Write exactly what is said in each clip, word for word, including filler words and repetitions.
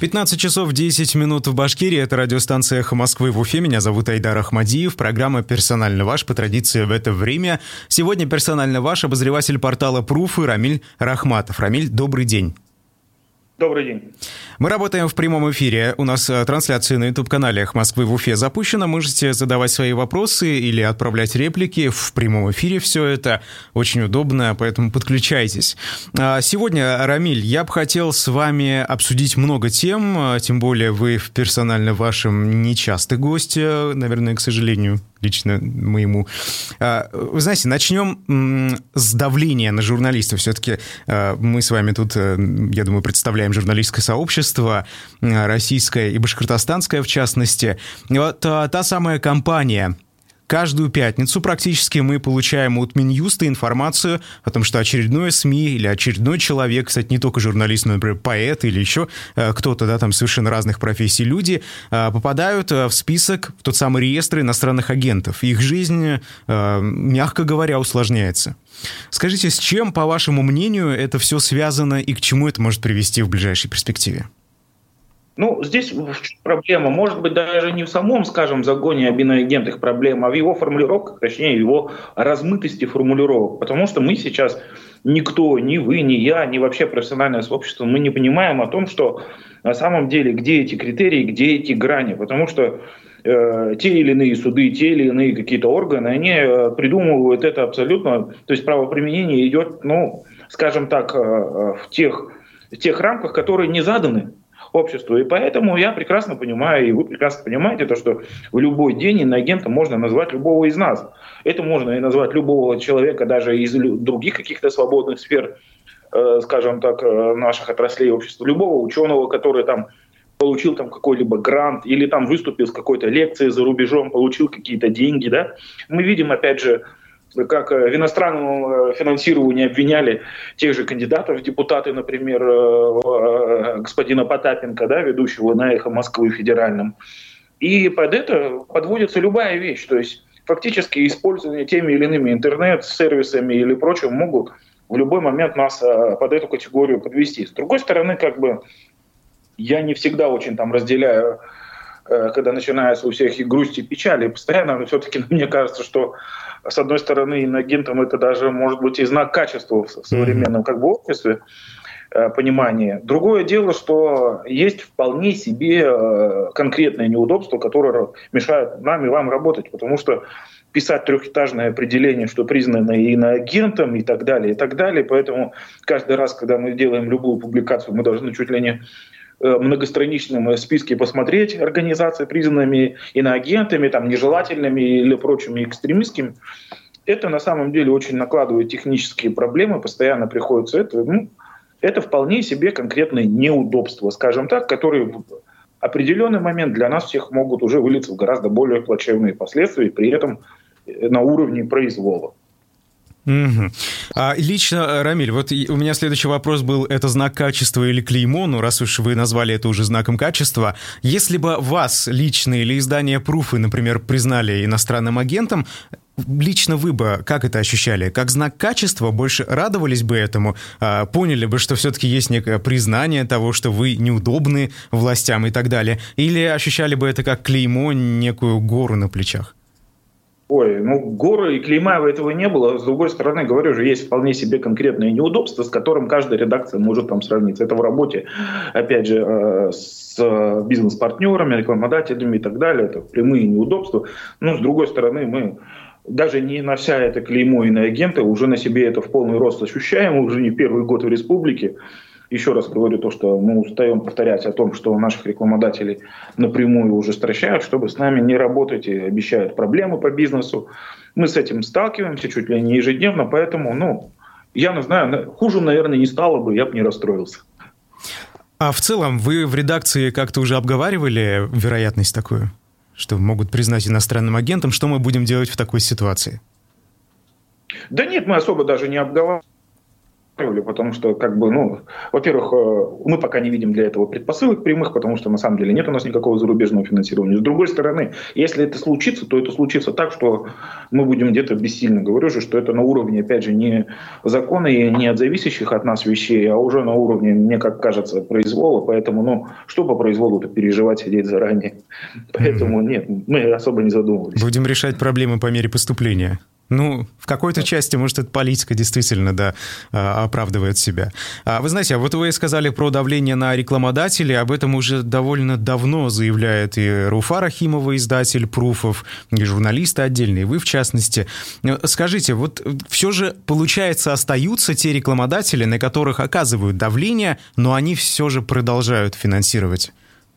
пятнадцать часов десять минут в Башкирии. Это радиостанция «Эхо Москвы» в Уфе. Меня зовут Айдар Ахмадиев. Программа «Персонально ваш» по традиции в это время. Сегодня «Персонально ваш» обозреватель портала Пруфы Рамиль Рахматов. Рамиль, добрый день. Добрый день. Мы работаем в прямом эфире. У нас трансляция на YouTube-канале «Эхо Москвы» в Уфе запущена. Можете задавать свои вопросы или отправлять реплики в прямом эфире. Все это очень удобно, поэтому подключайтесь. Сегодня, Рамиль, я бы хотел с вами обсудить много тем, тем более вы в «Персонально вашем» нечастый гость, наверное, к сожалению, лично моему. Вы знаете, начнем с давления на журналистов. Все-таки мы с вами тут, я думаю, представляем журналистское сообщество, российское и башкортостанское в частности. Вот та самая компания. Каждую пятницу практически мы получаем от Минюста информацию о том, что очередное СМИ или очередной человек, кстати, не только журналист, но, например, поэт или еще кто-то, да, там совершенно разных профессий люди, попадают в список, в тот самый реестр иностранных агентов. Их жизнь, мягко говоря, усложняется. Скажите, с чем, по вашему мнению, это все связано и к чему это может привести в ближайшей перспективе? Ну, здесь проблема, может быть, даже не в самом, скажем, загоне об иноагентах проблема, а в его формулировках, точнее, в его размытости формулировок. Потому что мы сейчас, никто, ни вы, ни я, ни вообще профессиональное сообщество, мы не понимаем о том, что на самом деле, где эти критерии, где эти грани. Потому что э, те или иные суды, те или иные какие-то органы, они э, придумывают это абсолютно, то есть правоприменение идет, ну, скажем так, э, в, тех, в тех рамках, которые не заданы обществу. И поэтому я прекрасно понимаю, и вы прекрасно понимаете, то, что в любой день иноагентом можно назвать любого из нас. Это можно и назвать любого человека даже из других каких-то свободных сфер, э, скажем так, наших отраслей общества. Любого ученого, который там получил там какой-либо грант или там выступил с какой-то лекцией за рубежом, получил какие-то деньги. Да? Мы видим, опять же, как в иностранном финансировании обвиняли тех же кандидатов в депутаты, например, господина Потапенко, да, ведущего на «Эхо Москвы» федеральном. И под это подводится любая вещь. То есть фактически использование теми или иными интернет-сервисами или прочим могут в любой момент нас под эту категорию подвести. С другой стороны, как бы я не всегда очень там разделяю, когда начинается у всех и грусть, и печаль, и постоянно, но все-таки мне кажется, что с одной стороны, иноагентам это даже может быть и знак качества в современном как бы обществе, э, понимании. Другое дело, что есть вполне себе э, конкретные неудобства, которые мешают нам и вам работать, потому что писать трехэтажное определение, что признано иноагентом и так далее, и так далее. Поэтому каждый раз, когда мы делаем любую публикацию, мы должны чуть ли не многостраничном списке посмотреть организации, признанными иноагентами, там, нежелательными или прочими экстремистскими. Это на самом деле очень накладывает технические проблемы, постоянно приходится это. Ну, это вполне себе конкретные неудобства, скажем так, которые в определенный момент для нас всех могут уже вылиться в гораздо более плачевные последствия, при этом на уровне произвола. Угу. А лично, Рамиль, вот у меня следующий вопрос был, это знак качества или клеймо, ну раз уж вы назвали это уже знаком качества, если бы вас лично или издание Пруфы, например, признали иностранным агентом, лично вы бы как это ощущали? Как знак качества? Больше радовались бы этому? Поняли бы, что все-таки есть некое признание того, что вы неудобны властям и так далее? Или ощущали бы это как клеймо, некую гору на плечах? Ой, ну горы и клейма этого не было. С другой стороны, говорю же, есть вполне себе конкретные неудобства, с которым каждая редакция может там сравниться. Это в работе, опять же, с бизнес-партнерами, рекламодателями и так далее. Это прямые неудобства. Но с другой стороны, мы даже не нося это клеймо иноагента, уже на себе это в полный рост ощущаем, уже не первый год в республике. Еще раз говорю то, что мы устаем повторять о том, что наших рекламодателей напрямую уже стращают, чтобы с нами не работать и обещают проблемы по бизнесу. Мы с этим сталкиваемся чуть ли не ежедневно, поэтому, ну, я не знаю, хуже, наверное, не стало бы, я бы не расстроился. А в целом вы в редакции как-то уже обговаривали вероятность такую, что могут признать иностранным агентом? Что мы будем делать в такой ситуации? Да нет, мы особо даже не обговаривали. потому что, как бы, ну, во-первых, мы пока не видим для этого предпосылок прямых, потому что, на самом деле, нет у нас никакого зарубежного финансирования. С другой стороны, если это случится, то это случится так, что мы будем где-то бессильны. Говорю же, что это на уровне, опять же, не закона и не от зависящих от нас вещей, а уже на уровне, мне как кажется, произвола. Поэтому, ну, что по произволу-то переживать, сидеть заранее. Поэтому, нет, мы особо не задумывались. Будем решать проблемы по мере поступления. Ну, в какой-то части, может, эта политика действительно, да, оправдывает себя. Вы знаете, а вот вы сказали про давление на рекламодателей, об этом уже довольно давно заявляет и Руфа Рахимова, издатель «Пруфов», и журналисты отдельные, вы в частности. Скажите, вот все же, получается, остаются те рекламодатели, на которых оказывают давление, но они все же продолжают финансировать?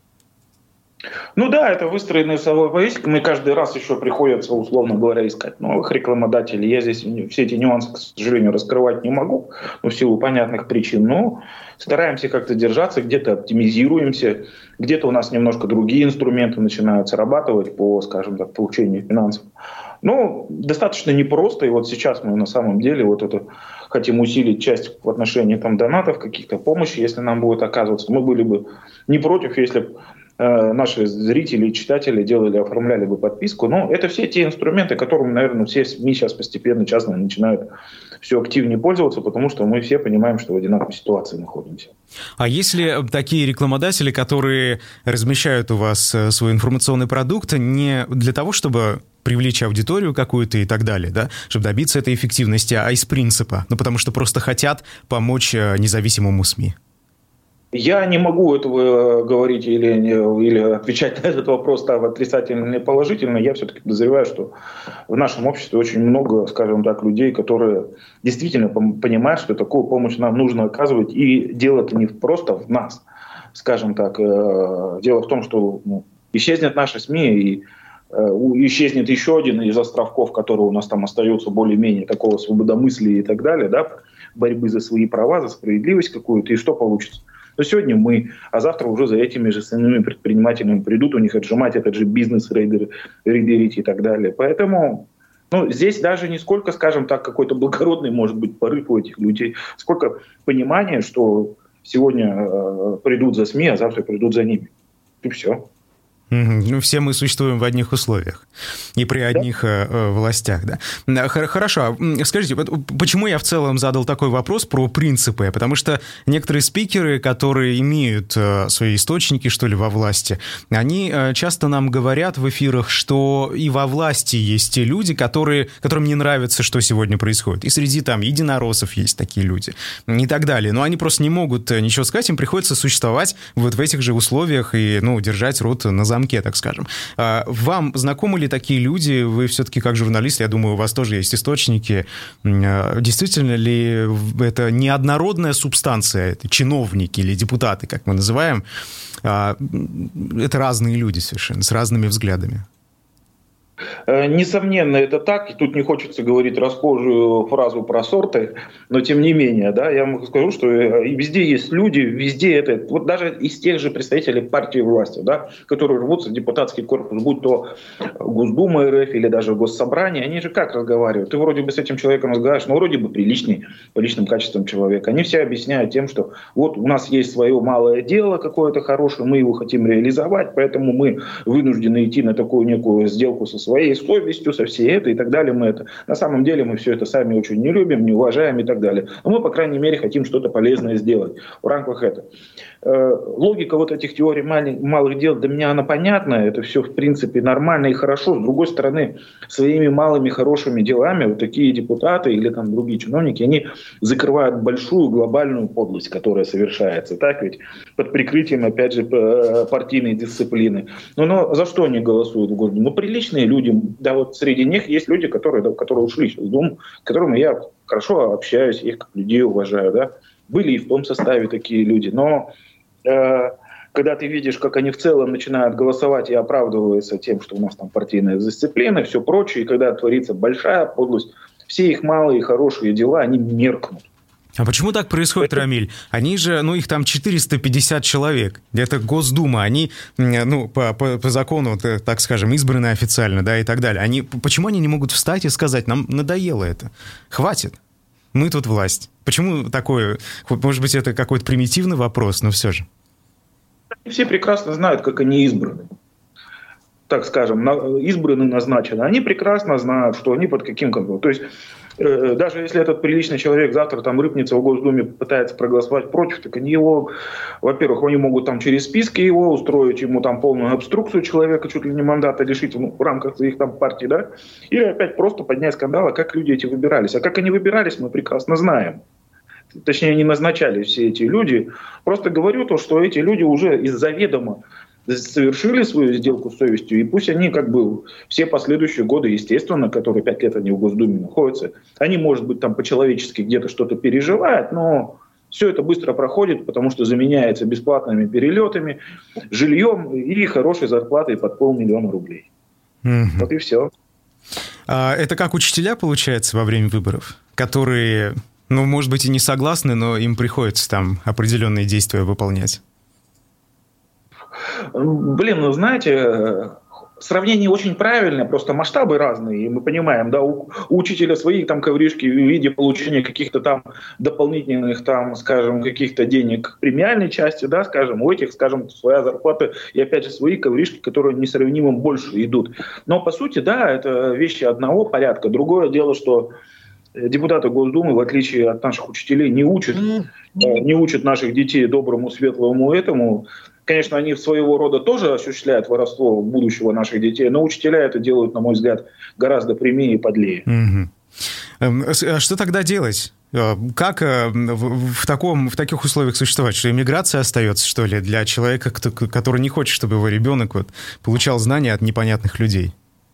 Ну да, это выстроенная собой повестка. Мне каждый раз еще приходится, условно говоря, искать новых рекламодателей. Я здесь все эти нюансы, к сожалению, раскрывать не могу, ну, в силу понятных причин. Но стараемся как-то держаться, где-то оптимизируемся, где-то у нас немножко другие инструменты начинают срабатывать по, скажем так, получению финансов. Но достаточно непросто. И вот сейчас мы на самом деле вот это хотим усилить часть в отношении там, донатов, каких-то помощи, если нам будет оказываться. Мы были бы не против, если бы наши зрители и читатели делали, оформляли бы подписку. Но это все те инструменты, которыми, наверное, все СМИ сейчас постепенно, частно начинают все активнее пользоваться, потому что мы все понимаем, что в одинаковой ситуации находимся. А если такие рекламодатели, которые размещают у вас свой информационный продукт не для того, чтобы привлечь аудиторию какую-то и так далее, да, чтобы добиться этой эффективности, а из принципа, ну потому что просто хотят помочь независимому СМИ? Я не могу этого говорить или, или отвечать на этот вопрос так, отрицательно или положительно. Я все-таки подозреваю, что в нашем обществе очень много, скажем так, людей, которые действительно понимают, что такую помощь нам нужно оказывать. И дело-то не просто в нас, скажем так. Дело в том, что ну, исчезнет наши СМИ, и исчезнет еще один из островков, которые у нас там остаются более-менее такого свободомыслия и так далее, да, борьбы за свои права, за справедливость какую-то. И что получится? Но сегодня мы, а завтра уже за этими же самими предпринимателями придут, у них отжимать этот же бизнес, рейдер, рейдерить и так далее. Поэтому ну, здесь даже не сколько, скажем так, какой-то благородный может быть порыв у этих людей, сколько понимания, что сегодня э, придут за СМИ, а завтра придут за ними. И все. Ну, все мы существуем в одних условиях и при одних да? э, властях, да. Хорошо, скажите, почему я в целом задал такой вопрос про принципы? Потому что некоторые спикеры, которые имеют э, свои источники, что ли, во власти, они э, часто нам говорят в эфирах, что и во власти есть те люди, которые, которым не нравится, что сегодня происходит. И среди там единороссов есть такие люди и так далее. Но они просто не могут ничего сказать, им приходится существовать вот в этих же условиях и, ну, держать рот на замке, так скажем. Вам знакомы ли такие люди? Вы все-таки как журналист, я думаю, у вас тоже есть источники. Действительно ли это неоднородная субстанция, это чиновники или депутаты, как мы называем? Это разные люди совершенно, с разными взглядами. Несомненно, это так. И тут не хочется говорить расхожую фразу про сорты, но тем не менее, да, я вам скажу, что везде есть люди, везде это, вот даже из тех же представителей партии власти, да, которые рвутся в депутатский корпус, будь то Госдума РФ или даже Госсобрание, они же как разговаривают? Ты вроде бы с этим человеком разговариваешь, но вроде бы приличный, по личным качествам человека. Они все объясняют тем, что вот у нас есть свое малое дело какое-то хорошее, мы его хотим реализовать, поэтому мы вынуждены идти на такую некую сделку со своей совестью, со всей этой и так далее. Мы это, на самом деле мы все это сами очень не любим, не уважаем и так далее. Но мы, по крайней мере, хотим что-то полезное сделать в рамках этого. Э, логика вот этих теорий малых, малых дел для меня она понятна. Это все, в принципе, нормально и хорошо. С другой стороны, своими малыми хорошими делами вот такие депутаты или там другие чиновники, они закрывают большую глобальную подлость, которая совершается. Так ведь? Под прикрытием, опять же, партийной дисциплины. Но, но за что они голосуют в Госдуму? Ну, приличные люди. Да, вот среди них есть люди, которые, да, которые ушли из Думы, с которыми я хорошо общаюсь, их как людей уважаю. Да? Были и в том составе такие люди. Но э, когда ты видишь, как они в целом начинают голосовать и оправдываются тем, что у нас там партийная дисциплина и все прочее, и когда творится большая подлость, все их малые хорошие дела, они меркнут. А почему так происходит, это... Рамиль? Они же, ну, их там четыреста пятьдесят человек. Это Госдума. Они, ну, по, по, по закону, так скажем, избраны официально, да, и так далее. Они, почему они не могут встать и сказать, нам надоело это? Хватит. мы тут власть. Почему такое? Может быть, это какой-то примитивный вопрос, но все же. Все прекрасно знают, как они избраны. Так скажем, избраны, назначены. Они прекрасно знают, что они под каким контролем. То есть, э, даже если этот приличный человек завтра там рыпнется в Госдуме, пытается проголосовать против, так они его, во-первых, они могут там через списки его устроить, ему там полную обструкцию человека, чуть ли не мандата лишить, ну, в рамках своих там партий, да, или опять просто поднять скандал, а как люди эти выбирались. А как они выбирались, мы прекрасно знаем. Точнее, не назначали все эти люди. Просто говорю то, что эти люди уже из заведомо совершили свою сделку с совестью, и пусть они как бы все последующие годы, естественно, которые пять лет они в Госдуме находятся, они, может быть, там по-человечески где-то что-то переживают, но все это быстро проходит, потому что заменяется бесплатными перелетами, жильем и хорошей зарплатой под полмиллиона рублей. Mm-hmm. Вот и все. А это как учителя, получается, во время выборов, которые, ну, может быть, и не согласны, но им приходится там определенные действия выполнять? Блин, ну знаете, сравнение очень правильное, просто масштабы разные, и мы понимаем, да, у, у учителя свои там ковришки в виде получения каких-то там дополнительных, там, скажем, каких-то денег к премиальной части, да, скажем, у этих, скажем, своя зарплата, и опять же свои ковришки, которые несравнимо больше идут. Но по сути, да, это вещи одного порядка. Другое дело, что депутаты Госдумы, в отличие от наших учителей, не учат, не учат наших детей доброму, светлому этому. Конечно, они своего рода тоже осуществляют воровство будущего наших детей, но учителя это делают, на мой взгляд, гораздо прямее и подлее. Угу. Что тогда делать? Как в, таком, в таких условиях существовать? Что иммиграция остается, что ли, для человека, который не хочет, чтобы его ребенок вот получал знания от непонятных людей?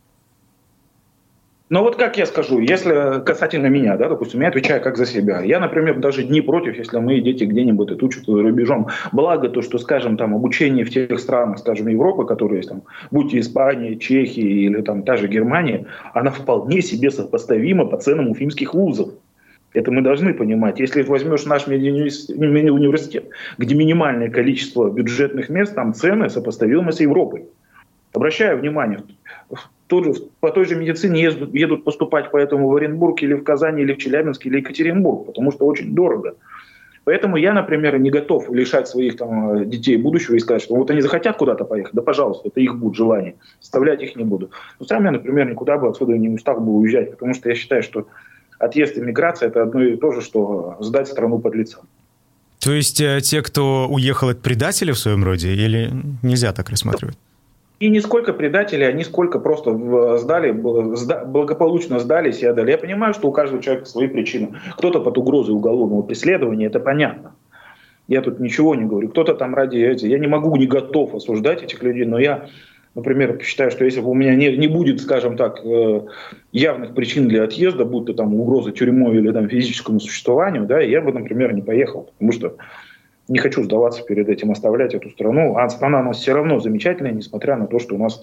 Но вот как я скажу, если касательно меня, да, допустим, я отвечаю как за себя. Я, например, даже не против, если мои дети где-нибудь отучат за рубежом. Благо то, что, скажем, там обучение в тех странах, скажем, Европы, которые есть, там, будь то Испания, Чехия или там та же Германия, она вполне себе сопоставима по ценам уфимских вузов. Это мы должны понимать. Если возьмешь наш университет, где минимальное количество бюджетных мест, там цены сопоставимы с Европой. Обращаю внимание, тоже, по той же медицине едут, едут поступать поэтому в Оренбург или в Казань, или в Челябинск, или Екатеринбург, потому что очень дорого. Поэтому я, например, не готов лишать своих там, детей будущего и сказать, что вот они захотят куда-то поехать, да пожалуйста, это их будет желание, заставлять их не буду. Но сам я, например, никуда бы отсюда не устал бы уезжать, потому что я считаю, что отъезд и миграция – это одно и то же, что сдать страну под лицом. То есть те, кто уехал, это предатели в своем роде, или нельзя так рассматривать? И не сколько предателей, они сколько просто сдали, благополучно сдались и отдали. Я понимаю, что у каждого человека свои причины. Кто-то под угрозой уголовного преследования, это понятно. Я тут ничего не говорю. Кто-то там ради этого. Я не могу, не готов осуждать этих людей, но я, например, считаю, что если бы у меня не, не будет, скажем так, явных причин для отъезда, будь то там угроза тюрьмой или там, физическому существованию, да, я бы, например, не поехал, потому что не хочу сдаваться перед этим, оставлять эту страну. А страна у нас все равно замечательная, несмотря на то, что у нас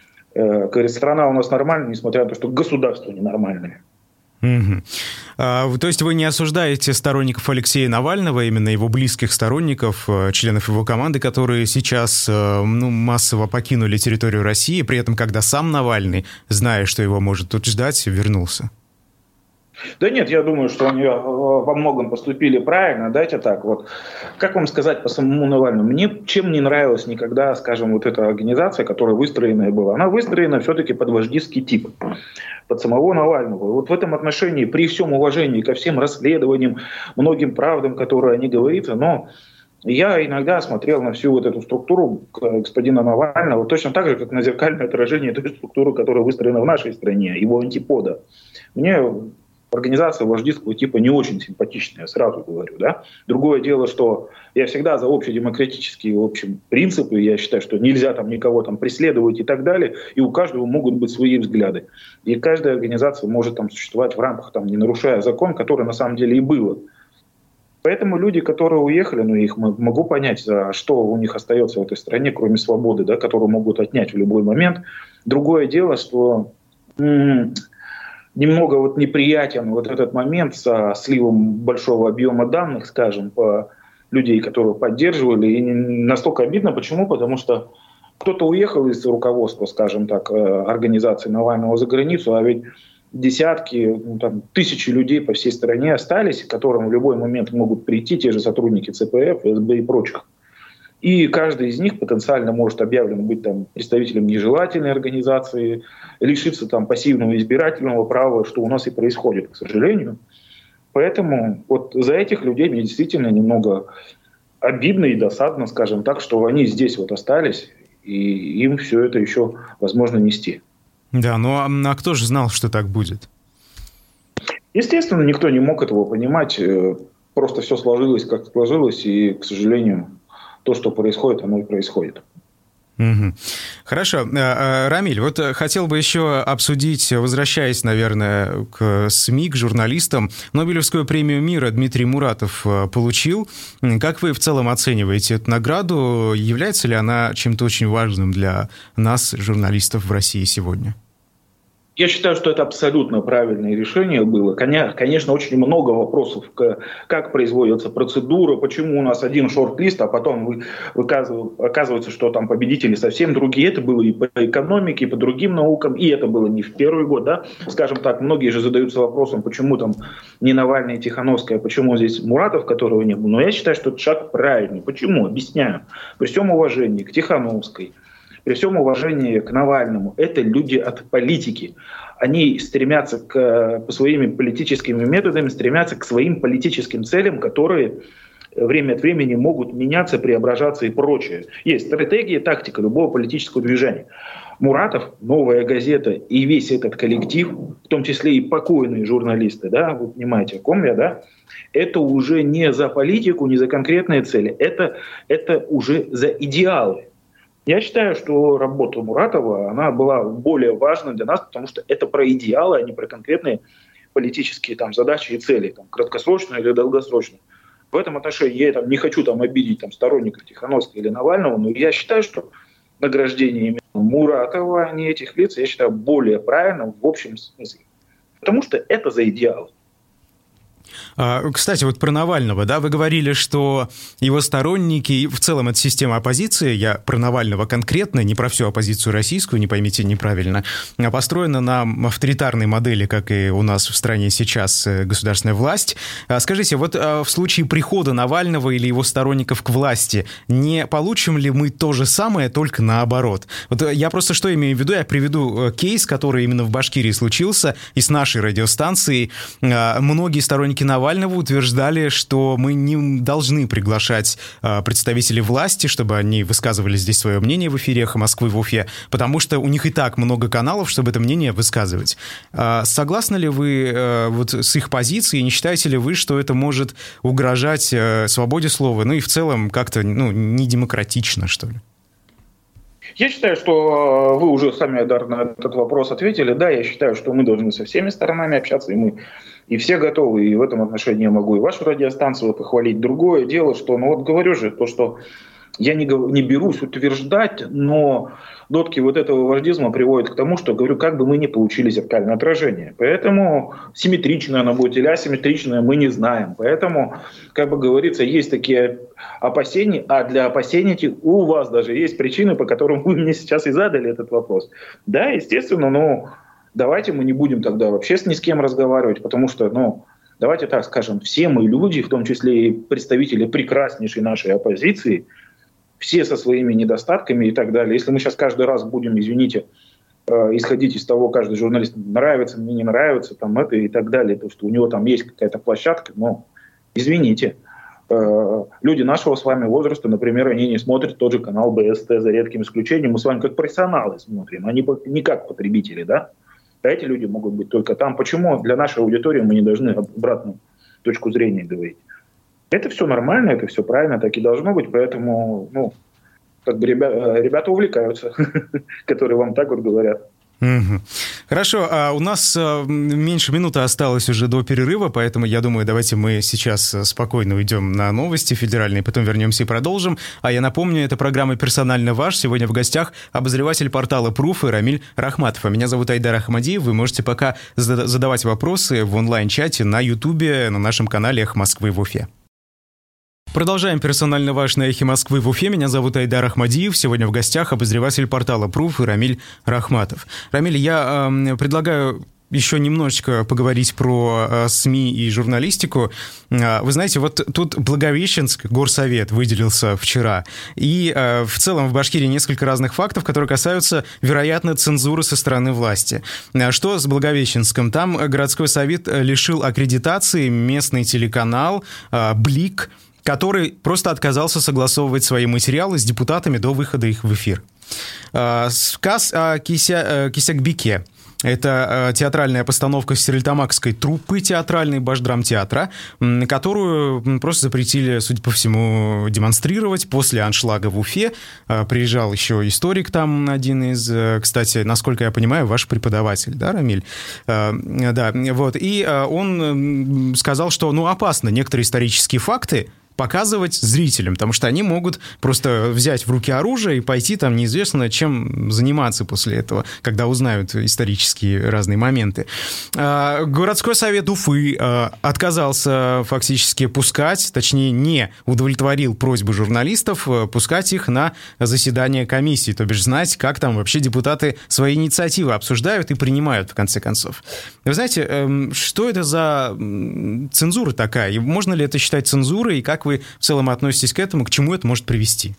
э, страна у нас нормальная, несмотря на то, что государство ненормальное. Угу. А, то есть вы не осуждаете сторонников Алексея Навального, именно его близких сторонников, членов его команды, которые сейчас ну, массово покинули территорию России, при этом, когда сам Навальный, зная, что его может тут ждать, вернулся? Да нет, я думаю, что они во многом поступили правильно. Дайте так, вот, как вам сказать по самому Навальному? Мне чем не нравилась никогда, скажем, вот эта организация, которая выстроена была. Она выстроена все-таки под вождистский тип, под самого Навального. Вот в этом отношении, при всем уважении ко всем расследованиям, многим правдам, которые они говорят, но я иногда смотрел на всю вот эту структуру господина Навального точно так же, как на зеркальное отражение той структуры, которая выстроена в нашей стране, его антипода. Мне организация вождистского типа не очень симпатичная, сразу говорю, да. Другое дело, что я всегда за общедемократические, в общем, принципы, я считаю, что нельзя там никого там преследовать и так далее, и у каждого могут быть свои взгляды. И каждая организация может там существовать в рамках, там, не нарушая закон, который на самом деле и было. Поэтому люди, которые уехали, ну, их могу понять, за что у них остается в этой стране, кроме свободы, да, которую могут отнять в любой момент. Другое дело, что м- немного вот неприятен вот этот момент со сливом большого объема данных, скажем, по людей, которые поддерживали. И настолько обидно. Почему? Потому что кто-то уехал из руководства, скажем так, организации Навального за границу, а ведь десятки, ну, там, тысячи людей по всей стране остались, к которым в любой момент могут прийти те же сотрудники ЦПФ, ФСБ и прочих. И каждый из них потенциально может объявлен быть там, представителем нежелательной организации, лишиться там, пассивного избирательного права, что у нас и происходит, к сожалению. Поэтому вот за этих людей мне действительно немного обидно и досадно, скажем так, что они здесь вот остались, и им все это еще возможно нести. Да, ну а, а кто же знал, что так будет? Естественно, никто не мог этого понимать. Просто все сложилось, как сложилось, и, к сожалению, то, что происходит, оно и происходит. Угу. Хорошо. Рамиль, вот хотел бы еще обсудить, возвращаясь, наверное, к СМИ, к журналистам, Нобелевскую премию мира Дмитрий Муратов получил. Как вы в целом оцениваете эту награду? Является ли она чем-то очень важным для нас, журналистов в России сегодня? Я считаю, что это абсолютно правильное решение было. Конечно, очень много вопросов, как производится процедура, почему у нас один шорт-лист, а потом оказывается, что там победители совсем другие. Это было и по экономике, и по другим наукам, и это было не в первый год. Да? Скажем так, многие же задаются вопросом, почему там не Навальный и Тихановская, почему здесь Муратов, которого не было. Но я считаю, что это шаг правильный. Почему? Объясняю. При всем уважении к Тихановской, при всем уважении к Навальному, это люди от политики. Они стремятся к, по своими политическими методами, стремятся к своим политическим целям, которые время от времени могут меняться, преображаться и прочее. Есть стратегия, тактика любого политического движения. Муратов, «Новая газета» и весь этот коллектив, в том числе и покойные журналисты, да, вы понимаете, о ком я, да, это уже не за политику, не за конкретные цели, это, это уже за идеалы. Я считаю, что работа Муратова, она была более важна для нас, потому что это про идеалы, а не про конкретные политические там, задачи и цели, там, краткосрочные или долгосрочные. В этом отношении я там, не хочу там, обидеть там, сторонников Тихановского или Навального, но я считаю, что награждение именно Муратова, а не этих лиц, я считаю более правильным в общем смысле. Потому что это за идеалы. Кстати, вот про Навального, да, вы говорили, что его сторонники, и в целом это система оппозиции, я про Навального конкретно, не про всю оппозицию российскую, не поймите неправильно, построена на авторитарной модели, как и у нас в стране сейчас государственная власть. Скажите, вот в случае прихода Навального или его сторонников к власти, не получим ли мы то же самое, только наоборот? Вот я просто что имею в виду? Я приведу кейс, который именно в Башкирии случился, и с нашей радиостанцией. Многие сторонники Навального утверждали, что мы не должны приглашать э, представителей власти, чтобы они высказывали здесь свое мнение в эфире «Эхо Москвы» в Уфе, потому что у них и так много каналов, чтобы это мнение высказывать. Э, согласны ли вы э, вот с их позицией, не считаете ли вы, что это может угрожать э, свободе слова, ну и в целом как-то ну, недемократично, что ли? Я считаю, что вы уже сами, Айдар, на этот вопрос ответили. Да, я считаю, что мы должны со всеми сторонами общаться, и мы и все готовы. И в этом отношении я могу и вашу радиостанцию похвалить. Другое дело, что, ну вот говорю же, то, что я не, не берусь утверждать, но дотки вот этого вождизма приводят к тому, что, говорю, как бы мы не получили зеркальное отражение. Поэтому симметричное оно будет или асимметричное, мы не знаем. Поэтому, как бы говорится, есть такие опасения, а для опасений этих у вас даже есть причины, по которым вы мне сейчас и задали этот вопрос. Да, естественно, но давайте мы не будем тогда вообще ни с кем разговаривать, потому что, ну, давайте так скажем, все мы люди, в том числе и представители прекраснейшей нашей оппозиции, все со своими недостатками и так далее. Если мы сейчас каждый раз будем, извините, э, исходить из того, каждый журналист нравится, мне не нравится, там это и так далее, то, что у него там есть какая-то площадка, но извините, э, люди нашего с вами возраста, например, они не смотрят тот же канал Бэ Эс Тэ за редким исключением, мы с вами как профессионалы смотрим, а не, не как потребители, да? А эти люди могут быть только там. Почему для нашей аудитории мы не должны обратную точку зрения говорить? Это все нормально, это все правильно, так и должно быть, поэтому, ну, как бы ребята, ребята увлекаются, которые вам так вот говорят. Угу. Хорошо, а у нас меньше минуты осталось уже до перерыва, поэтому я думаю, давайте мы сейчас спокойно уйдем на новости федеральные, потом вернемся и продолжим. А я напомню, это программа «Персонально ваш». Сегодня в гостях обозреватель портала Proof Рамиль Рахматов. А меня зовут Айдар Ахмадиев. Вы можете пока задавать вопросы в онлайн-чате на Ютубе, на нашем канале «Эхо Москвы» в Уфе. Продолжаем «Персонально ваш» на «Эхе Москвы» в Уфе. Меня зовут Айдар Ахмадиев. Сегодня в гостях обозреватель портала Proof Рамиль Рахматов. Рамиль, я э, предлагаю еще немножечко поговорить про СМИ и журналистику. Вы знаете, вот тут Благовещенск, горсовет, выделился вчера. И в целом в Башкирии несколько разных фактов, которые касаются, вероятно, цензуры со стороны власти. Что с Благовещенском? Там городской совет лишил аккредитации местный телеканал «Блик», который просто отказался согласовывать свои материалы с депутатами до выхода их в эфир. Сказ о Кися, Кисякбике. Это театральная постановка стерлитамакской труппы театральной Башдрамтеатра, которую просто запретили, судя по всему, демонстрировать после аншлага в Уфе. Приезжал еще историк там один из, кстати, насколько я понимаю, ваш преподаватель, да, Рамиль? Да, вот. И он сказал, что, ну, опасно некоторые исторические факты показывать зрителям, потому что они могут просто взять в руки оружие и пойти там неизвестно чем заниматься после этого, когда узнают исторические разные моменты. Городской совет Уфы отказался фактически пускать, точнее не удовлетворил просьбы журналистов пускать их на заседание комиссии, то бишь знать, как там вообще депутаты свои инициативы обсуждают и принимают в конце концов. Вы знаете, что это за цензура такая? И можно ли это считать цензурой, и как вы в целом относитесь к этому, к чему это может привести?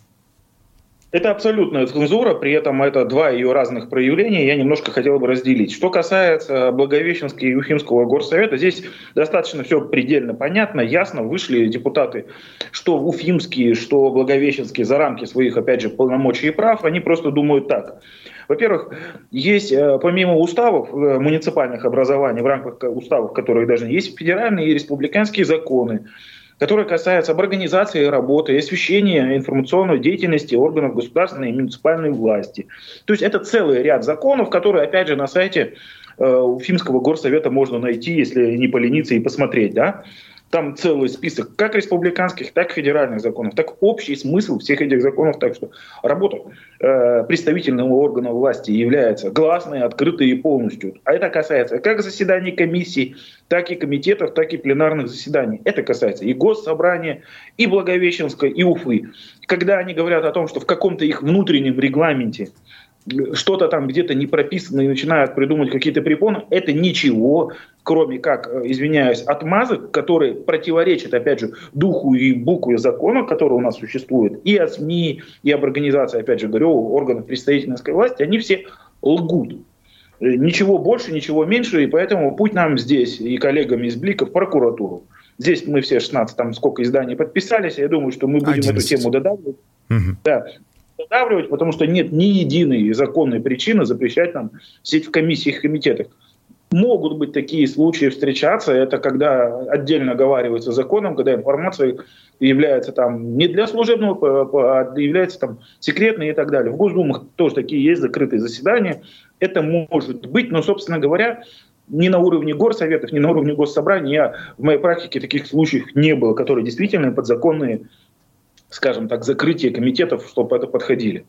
Это абсолютная цензура, при этом это два ее разных проявления, я немножко хотел бы разделить. Что касается Благовещенского и Уфимского горсовета, здесь достаточно все предельно понятно, ясно, вышли депутаты, что уфимские, что благовещенские, за рамки своих, опять же, полномочий и прав, они просто думают так. Во-первых, есть помимо уставов муниципальных образований, в рамках уставов, которые даже есть федеральные и республиканские законы, которые касаются об организации работы и освещения информационной деятельности органов государственной и муниципальной власти. То есть это целый ряд законов, которые, опять же, на сайте э, Уфимского горсовета можно найти, если не полениться и посмотреть. Да? Там целый список как республиканских, так и федеральных законов, так общий смысл всех этих законов. Так что работа э, представительного органа власти является гласной, открытой и полностью. А это касается как заседаний комиссий, так и комитетов, так и пленарных заседаний. Это касается и Госсобрания, и Благовещенска, и Уфы. Когда они говорят о том, что в каком-то их внутреннем регламенте что-то там где-то не прописано и начинают придумать какие-то препоны, это ничего, кроме как, извиняюсь, отмазок, которые противоречат, опять же, духу и букве закона, который у нас существует, и о СМИ, и об организации, опять же, говорю, органов представительской власти, они все лгут. Ничего больше, ничего меньше, и поэтому путь нам здесь и коллегам из Блика в прокуратуру. Здесь мы все шестнадцать, там сколько изданий подписались, я думаю, что мы будем одиннадцать эту тему додавливать. Угу. Да. Додавливать, потому что нет ни единой законной причины запрещать нам сидеть в комиссиях и комитетах. Могут быть такие случаи встречаться, это когда отдельно оговаривается законом, когда информация является там не для служебного, а является там секретной и так далее. В Госдумах тоже такие есть закрытые заседания. Это может быть, но, собственно говоря, ни на уровне горсоветов, ни на уровне госсобрания в моей практике таких случаев не было, которые действительно подзаконные, скажем так, закрытие комитетов, чтобы это подходили.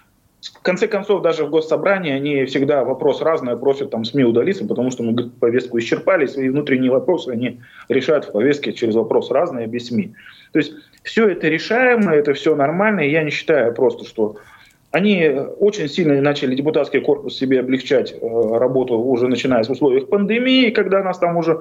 В конце концов, даже в Госсобрании они всегда вопрос разный, просят там СМИ удалиться, потому что мы повестку исчерпали, свои внутренние вопросы они решают в повестке через вопрос разные, без СМИ. То есть все это решаемо, это все нормально, и я не считаю просто, что они очень сильно начали депутатский корпус себе облегчать э, работу уже начиная с условий пандемии, когда нас там уже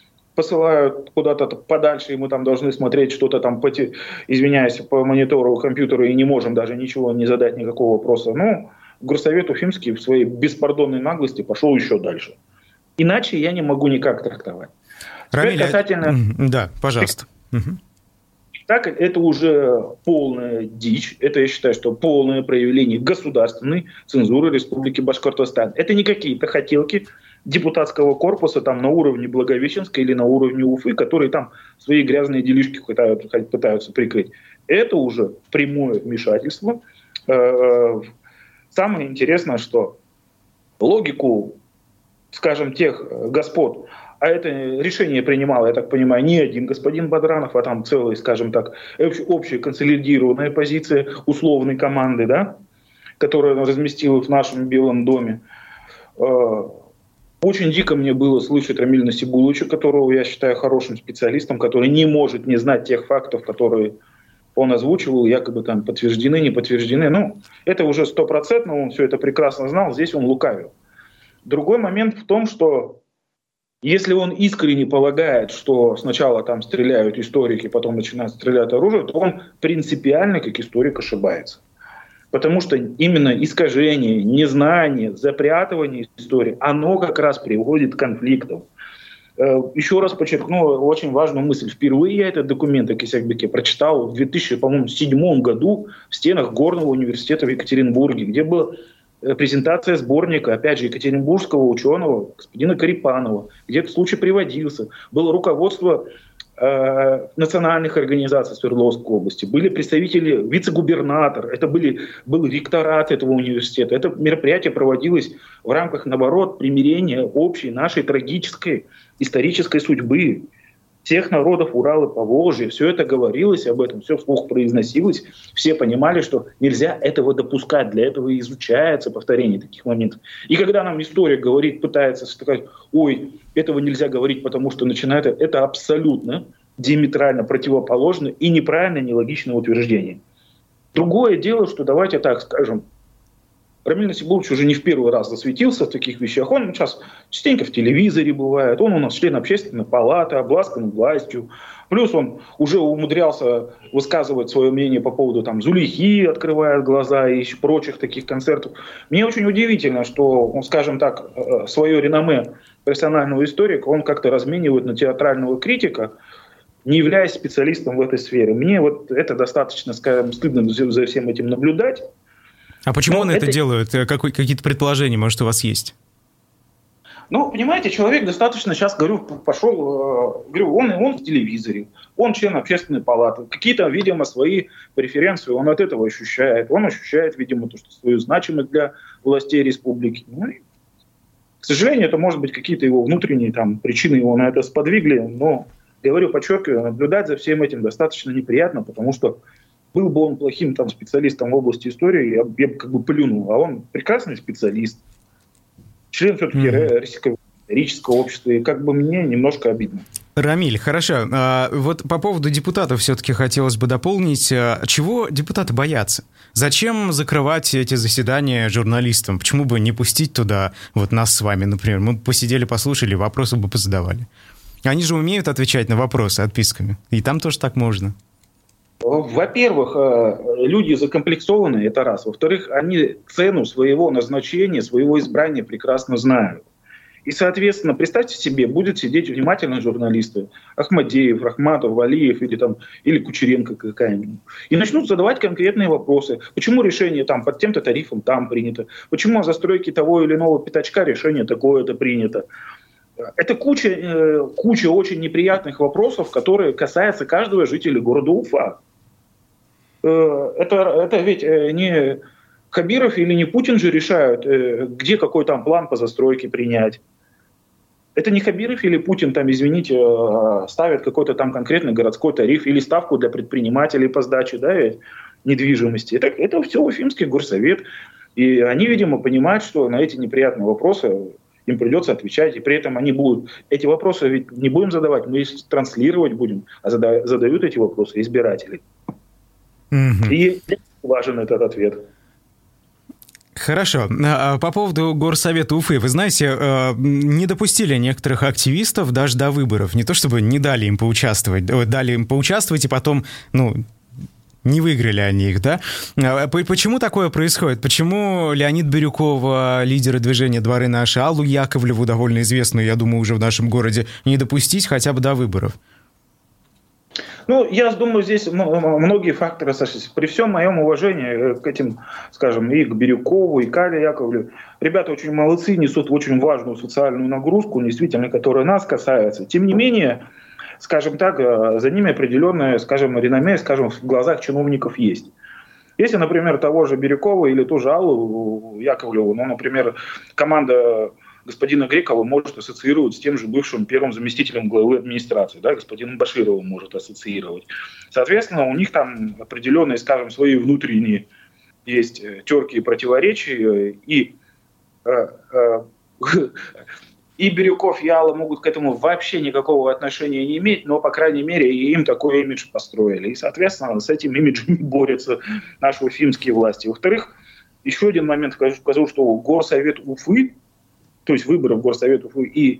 посылают куда-то подальше, и мы там должны смотреть что-то там, по, извиняюсь, по монитору компьютера, и не можем даже ничего не задать, никакого вопроса. Ну, горсовет Уфимский в своей беспардонной наглости пошел еще дальше. Иначе я не могу никак трактовать. Рамиль, касательно... Да, пожалуйста. Так, это уже полная дичь. Это, я считаю, что полное проявление государственной цензуры Республики Башкортостан. Это не какие-то хотелки депутатского корпуса там на уровне Благовещенска или на уровне Уфы, которые там свои грязные делишки пытаются, пытаются прикрыть. Это уже прямое вмешательство. Самое интересное, что логику, скажем, тех господ, а это решение принимал, я так понимаю, не один господин Бадранов, а там целая, скажем так, общая консолидированная позиция условной команды, да, которая разместилась в нашем Белом доме. Очень дико мне было слышать Рамиля Насибуловича, которого я считаю хорошим специалистом, который не может не знать тех фактов, которые он озвучивал, якобы там подтверждены, не подтверждены. Ну, это уже стопроцентно, он все это прекрасно знал, здесь он лукавил. Другой момент в том, что Если он искренне полагает, что сначала там стреляют историки, потом начинают стрелять оружие, то он принципиально как историк ошибается. Потому что именно искажение, незнание, запрятывание истории, оно как раз приводит к конфликтам. Еще раз подчеркну очень важную мысль. Впервые я этот документ о Кисякбеке прочитал в две тысячи седьмом году в стенах Горного университета в Екатеринбурге, где была презентация сборника, опять же, екатеринбургского ученого, господина Карипанова, где этот случай приводился. Было руководство э, национальных организаций Свердловской области, были представители, вице-губернатор, это были, был ректорат этого университета. Это мероприятие проводилось в рамках, наоборот, примирения общей нашей трагической исторической судьбы всех народов Урала и Поволжья. Все это говорилось об этом, все вслух произносилось. Все понимали, что нельзя этого допускать. Для этого и изучается повторение таких моментов. И когда нам историк говорит, пытается сказать, ой, этого нельзя говорить, потому что начинает... Это абсолютно диаметрально противоположно и неправильное, нелогичное утверждение. Другое дело, что давайте так скажем, Рамиль Насибулович уже не в первый раз засветился в таких вещах. Он сейчас частенько в телевизоре бывает. Он у нас член общественной палаты, обласкан властью. Плюс он уже умудрялся высказывать свое мнение по поводу там, Зулейхи, открывает глаза и прочих таких концертов. Мне очень удивительно, что, он, скажем так, свое реноме профессионального историка он как-то разменивает на театрального критика, не являясь специалистом в этой сфере. Мне вот это достаточно, скажем, стыдно за всем этим наблюдать. А почему Но он это, это делает? Какой, какие-то предположения, может, у вас есть? Ну, понимаете, человек достаточно, сейчас, говорю, пошел, говорю, он, он в телевизоре, он член общественной палаты, какие-то, видимо, свои преференции он от этого ощущает. Он ощущает, видимо, то, что свою значимость для властей республики. Ну, и, к сожалению, это, может быть, какие-то его внутренние там, причины его на это сподвигли, но, говорю, подчеркиваю, наблюдать за всем этим достаточно неприятно, потому что был бы он плохим там, специалистом в области истории, я, я бы как бы плюнул. А он прекрасный специалист, член все-таки mm-hmm. Российского исторического общества. И как бы мне немножко обидно. Рамиль, хорошо. А, вот по поводу депутатов все-таки хотелось бы дополнить. Чего депутаты боятся? Зачем закрывать эти заседания журналистам? Почему бы не пустить туда вот нас с вами, например? Мы бы посидели, послушали, вопросы бы позадавали. Они же умеют отвечать на вопросы отписками. И там тоже так можно. Во-первых, люди закомплексованы, это раз. Во-вторых, они цену своего назначения, своего избрания прекрасно знают. И, соответственно, представьте себе, будут сидеть внимательно журналисты, Ахмадеев, Рахматов, Валиев или, там, или Кучеренко какая-нибудь, и начнут задавать конкретные вопросы. Почему решение там, под тем-то тарифом там принято? Почему о застройке того или иного пятачка решение такое-то принято? Это куча, куча очень неприятных вопросов, которые касаются каждого жителя города Уфа. Это, это ведь не Хабиров или не Путин же решают, где какой там план по застройке принять. Это не Хабиров или Путин, там, извините, ставят какой-то там конкретный городской тариф или ставку для предпринимателей по сдаче, да, недвижимости. Это, это все Уфимский горсовет. И они, видимо, понимают, что на эти неприятные вопросы им придется отвечать, и при этом они будут... Эти вопросы ведь не будем задавать, мы их транслировать будем, а зада, задают эти вопросы избиратели. Mm-hmm. И важен этот ответ. Хорошо. По поводу Горсовета Уфы. Вы знаете, не допустили некоторых активистов даже до выборов. Не то чтобы не дали им поучаствовать, дали им поучаствовать, и потом, ну, не выиграли они их, да? Почему такое происходит? Почему Леонид Бирюкова, лидера движения «Дворы наши», Аллу Яковлеву, довольно известную, я думаю, уже в нашем городе, не допустить хотя бы до выборов? Ну, я думаю, здесь многие факторы сошлись. При всем моем уважении к этим, скажем, и к Бирюкову, и к Алле Яковлеву, ребята очень молодцы, несут очень важную социальную нагрузку, действительно, которая нас касается. Тем не менее, скажем так, за ними определенное, скажем, реноме, скажем, в глазах чиновников есть. Если, например, того же Бирюкова или ту же Аллу Яковлеву, ну, например, команда господина Грекова может ассоциировать с тем же бывшим первым заместителем главы администрации, да, господином Башировым может ассоциировать. Соответственно, у них там определенные, скажем, свои внутренние есть терки и противоречия, и, э, э, и Бирюков, и Алла могут к этому вообще никакого отношения не иметь, но, по крайней мере, им такой имидж построили. И, соответственно, с этим имиджем борются наши уфимские власти. Во-вторых, еще один момент скажу, что Горсовет Уфы, то есть выборы в Горсовет Уфы и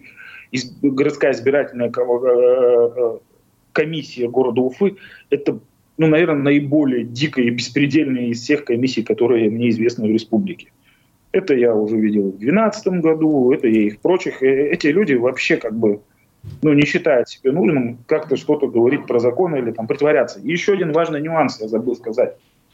городская избирательная комиссия города Уфы – это, ну, наверное, наиболее дикая и беспредельная из всех комиссий, которые мне известны в республике. Это я уже видел в две тысячи двенадцатом году, это я и в прочих. Эти люди вообще как бы, ну, не считают себе нужным как-то что-то говорить про законы или там притворяться. И еще один важный нюанс я забыл сказать.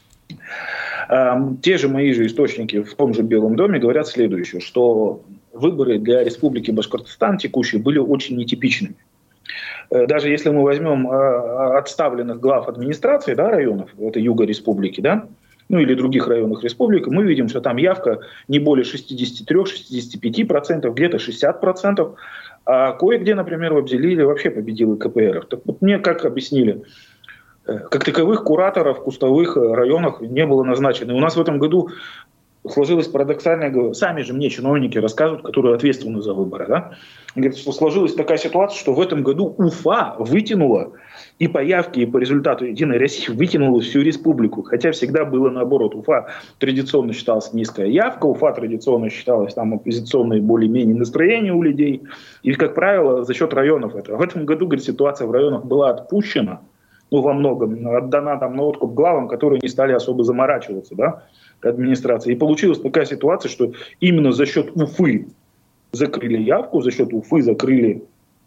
Те же мои же источники в том же Белом доме говорят следующее, что выборы для Республики Башкортостан текущие были очень нетипичными. Даже если мы возьмем отставленных глав администрации, да, районов, это юга республики, да, ну или других районах республики, мы видим, что там явка не более шестьдесят три - шестьдесят пять процентов, где-то шестьдесят процентов, а кое-где, например, в Абзелиле вообще победил КПРФ. Так вот мне как объяснили, как таковых кураторов в кустовых районах не было назначено. И у нас в этом году сложилась парадоксальная, сами же мне чиновники рассказывают, которые ответственны за выборы, да? Говорят, что сложилась такая ситуация, что в этом году Уфа вытянула и по явке, и по результату Единой России вытянула всю республику. Хотя всегда было наоборот. Уфа традиционно считалась низкая явка, Уфа традиционно считалась там оппозиционные более-менее настроения у людей. И, как правило, за счет районов это. В этом году, говорит, ситуация в районах была отпущена, ну, во многом, отдана там на откуп главам, которые не стали особо заморачиваться, да, администрации. И получилась такая ситуация, что именно за счет Уфы закрыли явку, за счет Уфы закрыли,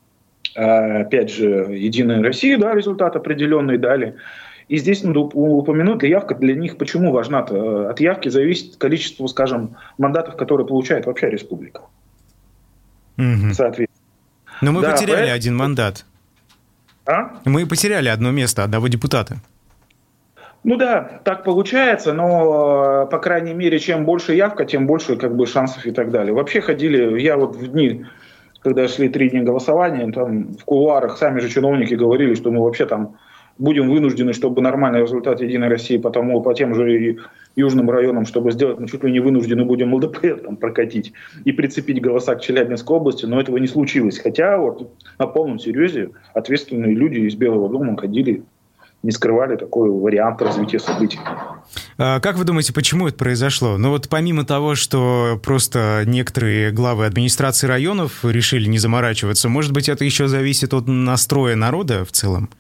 опять же, Единая Россия, да, результат определенный дали. И здесь надо упомянуть, явка для них почему важна-то? От явки зависит количество, скажем, мандатов, которые получает вообще республика. Угу. Соответственно. Но мы да, потеряли поэтому... один мандат. А? Мы потеряли одно место, одного депутата. Ну да, так получается, но, по крайней мере, чем больше явка, тем больше как бы шансов и так далее. Вообще ходили, я вот в дни, когда шли три дня голосования, там в кулуарах сами же чиновники говорили, что мы вообще там будем вынуждены, чтобы нормальный результат Единой России по, тому, по тем же и южным районам, чтобы сделать, мы чуть ли не вынуждены будем ЛДПР там прокатить и прицепить голоса к Челябинской области, но этого не случилось. Хотя вот на полном серьезе ответственные люди из Белого дома ходили, не скрывали такой вариант развития событий. А как вы думаете, почему это произошло? Ну вот помимо того, что просто некоторые главы администрации районов решили не заморачиваться, может быть, это еще зависит от настроя народа в целом?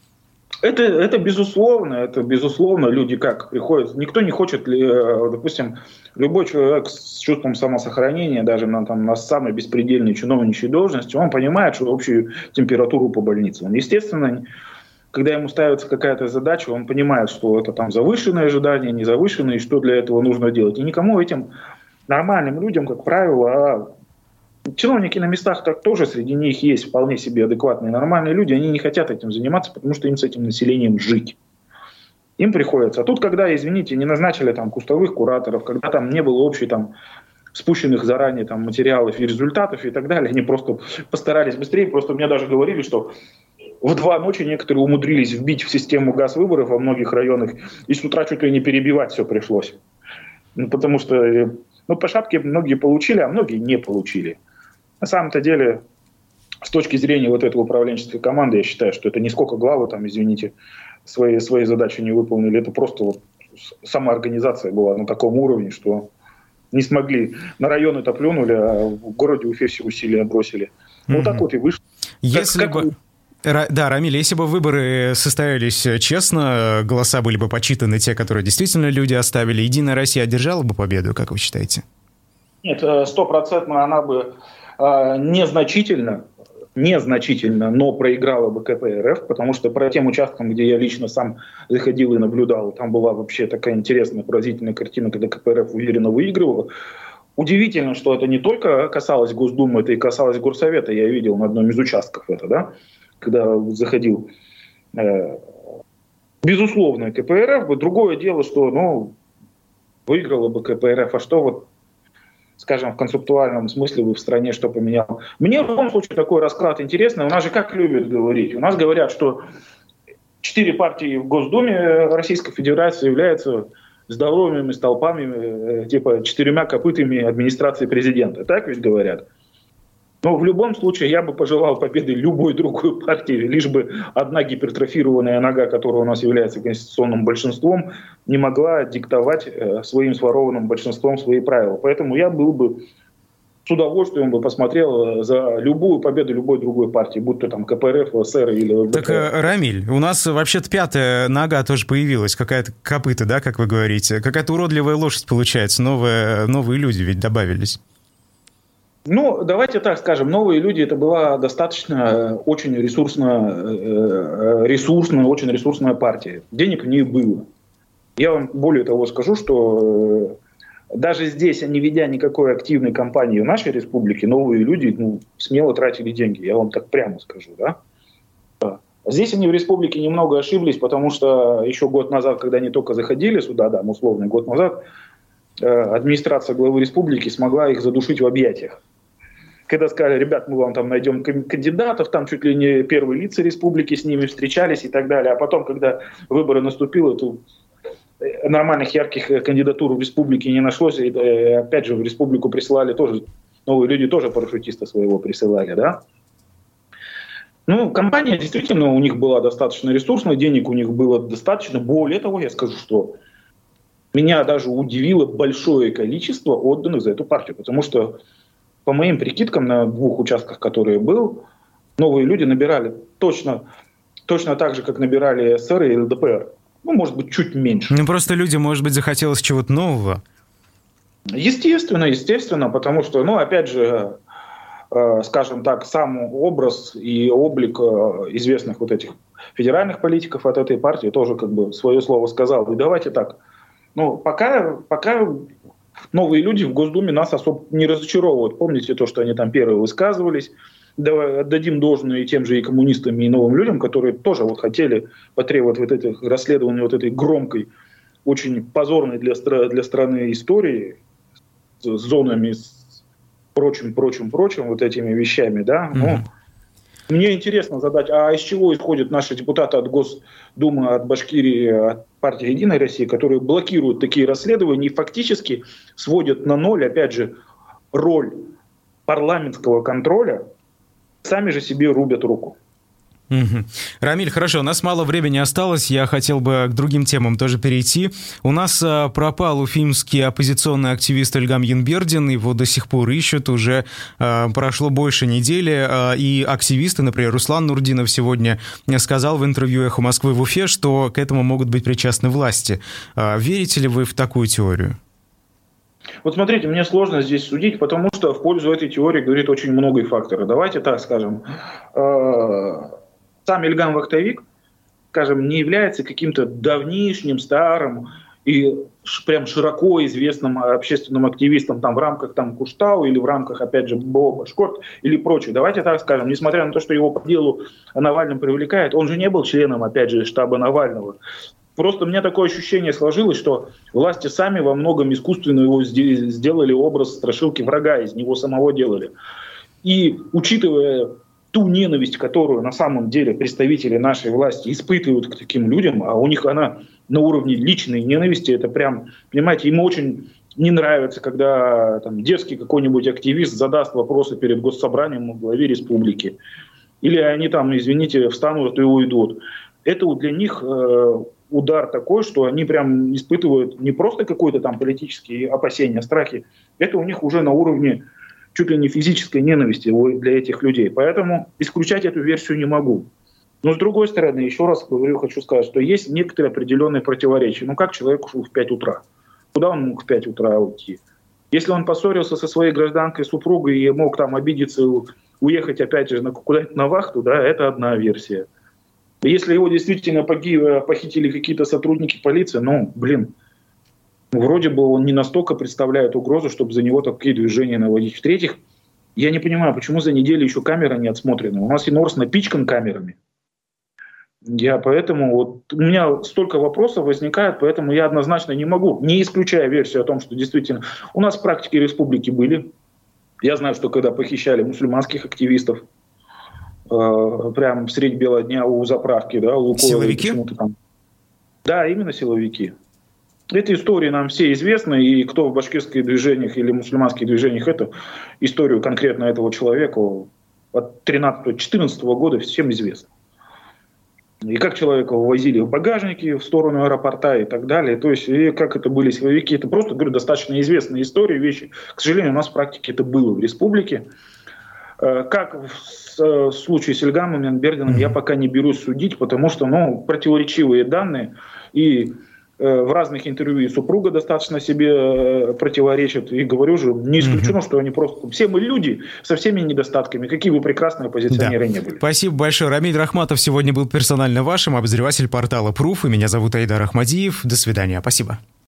Это, это безусловно, это безусловно. Люди как приходят, никто не хочет, допустим, любой человек с чувством самосохранения, даже на, там, на самой беспредельной чиновничьей должности, он понимает, что общую температуру по больнице. Он, естественно, когда ему ставится какая-то задача, он понимает, что это там завышенные ожидания, не завышенные, и что для этого нужно делать. И никому этим нормальным людям, как правило, а чиновники на местах так тоже, среди них есть вполне себе адекватные нормальные люди, они не хотят этим заниматься, потому что им с этим населением жить. Им приходится. А тут, когда, извините, не назначили там кустовых кураторов, когда там не было общей там спущенных заранее там материалов и результатов и так далее, они просто постарались быстрее. Просто мне даже говорили, что в два ночи некоторые умудрились вбить в систему газ-выборов во многих районах, и с утра чуть ли не перебивать все пришлось. Ну, потому что ну, по шапке многие получили, а многие не получили. На самом-то деле, с точки зрения вот этой управленческой команды, я считаю, что это не сколько главы, там, извините, свои, свои задачи не выполнили. Это просто вот сама организация была на таком уровне, что не смогли. На районы-то плюнули, а в городе Уфе все усилия бросили. Mm-hmm. Вот так вот и вышло. Если как, бы... как... Да, Рамиль, если бы выборы состоялись честно, голоса были бы подсчитаны те, которые действительно люди оставили, Единая Россия одержала бы победу, как вы считаете? Нет, стопроцентно она бы э, незначительно, незначительно, но проиграла бы КПРФ, потому что по тем участкам, где я лично сам заходил и наблюдал, там была вообще такая интересная, поразительная картина, когда КПРФ уверенно выигрывала. Удивительно, что это не только касалось Госдумы, это и касалось Горсовета. Я видел на одном из участков это, да, когда заходил. Э, безусловно, КПРФ. Другое дело, что, ну, выиграла бы КПРФ, а что вот, скажем, в концептуальном смысле бы в стране что поменяло. Мне в любом случае такой расклад интересный. У нас же как любят говорить? У нас говорят, что четыре партии в Госдуме Российской Федерации являются здоровыми столпами, типа четырьмя копытами администрации президента. Так ведь говорят? Но в любом случае я бы пожелал победы любой другой партии, лишь бы одна гипертрофированная нога, которая у нас является конституционным большинством, не могла диктовать своим сворованным большинством свои правила. Поэтому я был бы с удовольствием бы посмотрел за любую победу любой другой партии, будь то там ка пэ эр эф, эс эр или эл дэ пэ эр. Так, Рамиль, у нас вообще-то пятая нога тоже появилась, какая-то копыта, да, как вы говорите. Какая-то уродливая лошадь получается, новые, новые люди ведь добавились. Ну, давайте так скажем, новые люди, это была достаточно очень ресурсная, ресурсная, очень ресурсная партия. Денег в ней было. Я вам более того скажу, что даже здесь, не ведя никакой активной кампании в нашей республике, новые люди ну, смело тратили деньги, я вам так прямо скажу. Да? Здесь они в республике немного ошиблись, потому что еще год назад, когда они только заходили сюда, да, условно, год назад, администрация главы республики смогла их задушить в объятиях. Когда сказали, ребят, мы вам там найдем кандидатов, там чуть ли не первые лица республики с ними встречались и так далее. А потом, когда выборы наступило, то нормальных ярких кандидатур в республике не нашлось. И опять же в республику присылали тоже, новые люди тоже парашютиста своего присылали, да. Ну, компания действительно у них была достаточно ресурсная, денег у них было достаточно. Более того, я скажу, что меня даже удивило большое количество отданных за эту партию, потому что по моим прикидкам на двух участках, которые был, новые люди набирали точно, точно так же, как набирали эс эр и эл дэ пэ эр. Ну, может быть, чуть меньше. Ну, просто людям, может быть, захотелось чего-то нового. Естественно, естественно, потому что, ну, опять же, э, скажем так, сам образ и облик э, известных вот этих федеральных политиков от этой партии тоже как бы свое слово сказал. И давайте так, ну, пока, пока новые люди в Госдуме нас особо не разочаровывают. Помните то, что они там первые высказывались. Давай отдадим должное и тем же и коммунистам, и новым людям, которые тоже вот хотели потребовать вот этих расследований вот этой громкой, очень позорной для, стра- для страны истории с зонами, с прочим, прочим, прочим, вот этими вещами, да. Mm-hmm. Ну, мне интересно задать, а из чего исходят наши депутаты от Госдумы, от Башкирии, от партии «Единая Россия», которые блокируют такие расследования и фактически сводят на ноль, опять же, роль парламентского контроля, сами же себе рубят руку. Угу. Рамиль, хорошо, у нас мало времени осталось, я хотел бы к другим темам тоже перейти. У нас а, пропал уфимский оппозиционный активист Ильгам Янбердин, его до сих пор ищут, уже а, прошло больше недели, а, и активисты, например, Руслан Нурдинов сегодня сказал в интервью «Эхо Москвы» в Уфе, что к этому могут быть причастны власти. А, верите ли вы в такую теорию? Вот смотрите, мне сложно здесь судить, потому что в пользу этой теории говорит очень много факторов. Давайте так скажем. Сам Ильгам Вахтовик, скажем, не является каким-то давнишним, старым и прям широко известным общественным активистом там, в рамках там, Куштау или в рамках, опять же, БО «Башкорт» или прочее. Давайте так скажем, несмотря на то, что его по делу Навальным привлекает, он же не был членом, опять же, штаба Навального. Просто у меня такое ощущение сложилось, что власти сами во многом искусственно его сделали образ страшилки врага, из него самого делали. И учитывая ту ненависть, которую на самом деле представители нашей власти испытывают к таким людям, а у них она на уровне личной ненависти, это прям, понимаете, им очень не нравится, когда там, дерзкий какой-нибудь активист задаст вопросы перед госсобранием в главе республики. Или они там, извините, встанут и уйдут. Это для них э, удар такой, что они прям испытывают не просто какие-то там политические опасения, страхи, это у них уже на уровне чуть ли не физической ненависти для этих людей. Поэтому исключать эту версию не могу. Но с другой стороны, еще раз говорю, хочу сказать, что есть некоторые определенные противоречия. Ну как человек ушел в пять утра? Куда он мог в пять утра уйти? Если он поссорился со своей гражданкой, супругой и мог там обидеться, уехать опять же куда-нибудь на вахту, да, это одна версия. Если его действительно похитили какие-то сотрудники полиции, ну, блин, вроде бы он не настолько представляет угрозу, чтобы за него такие движения наводить. В-третьих, я не понимаю, почему за неделю еще камера не отсмотрена. У нас Инорс напичкан камерами. Я поэтому, вот, у меня столько вопросов возникает, поэтому я однозначно не могу, не исключая версию о том, что действительно у нас в практике республики были. Я знаю, что когда похищали мусульманских активистов, э, прямо средь бела дня у заправки, да, у Лукойла, силовики? Там. Да, именно силовики. Эти истории нам все известны, и кто в башкирских движениях или мусульманских движениях эту историю конкретно этого человека от тринадцатого-четырнадцатого года всем известно. и как человека увозили в багажнике в сторону аэропорта и так далее. То есть, и как это были силовики. Это просто, говорю, достаточно известные истории, вещи. К сожалению, у нас в практике это было в республике. Как в случае с Ильгамом Менбердиным, я пока не берусь судить, потому что, ну, противоречивые данные. И в разных интервью и супруга достаточно себе противоречит. И говорю же, не исключено, что они просто... Все мы люди со всеми недостатками. Какие бы прекрасные оппозиционеры да. не были. Спасибо большое. Рамиль Рахматов сегодня был персонально вашим, обозреватель портала Пруф. И меня зовут Айдар Ахмадиев. До свидания. Спасибо.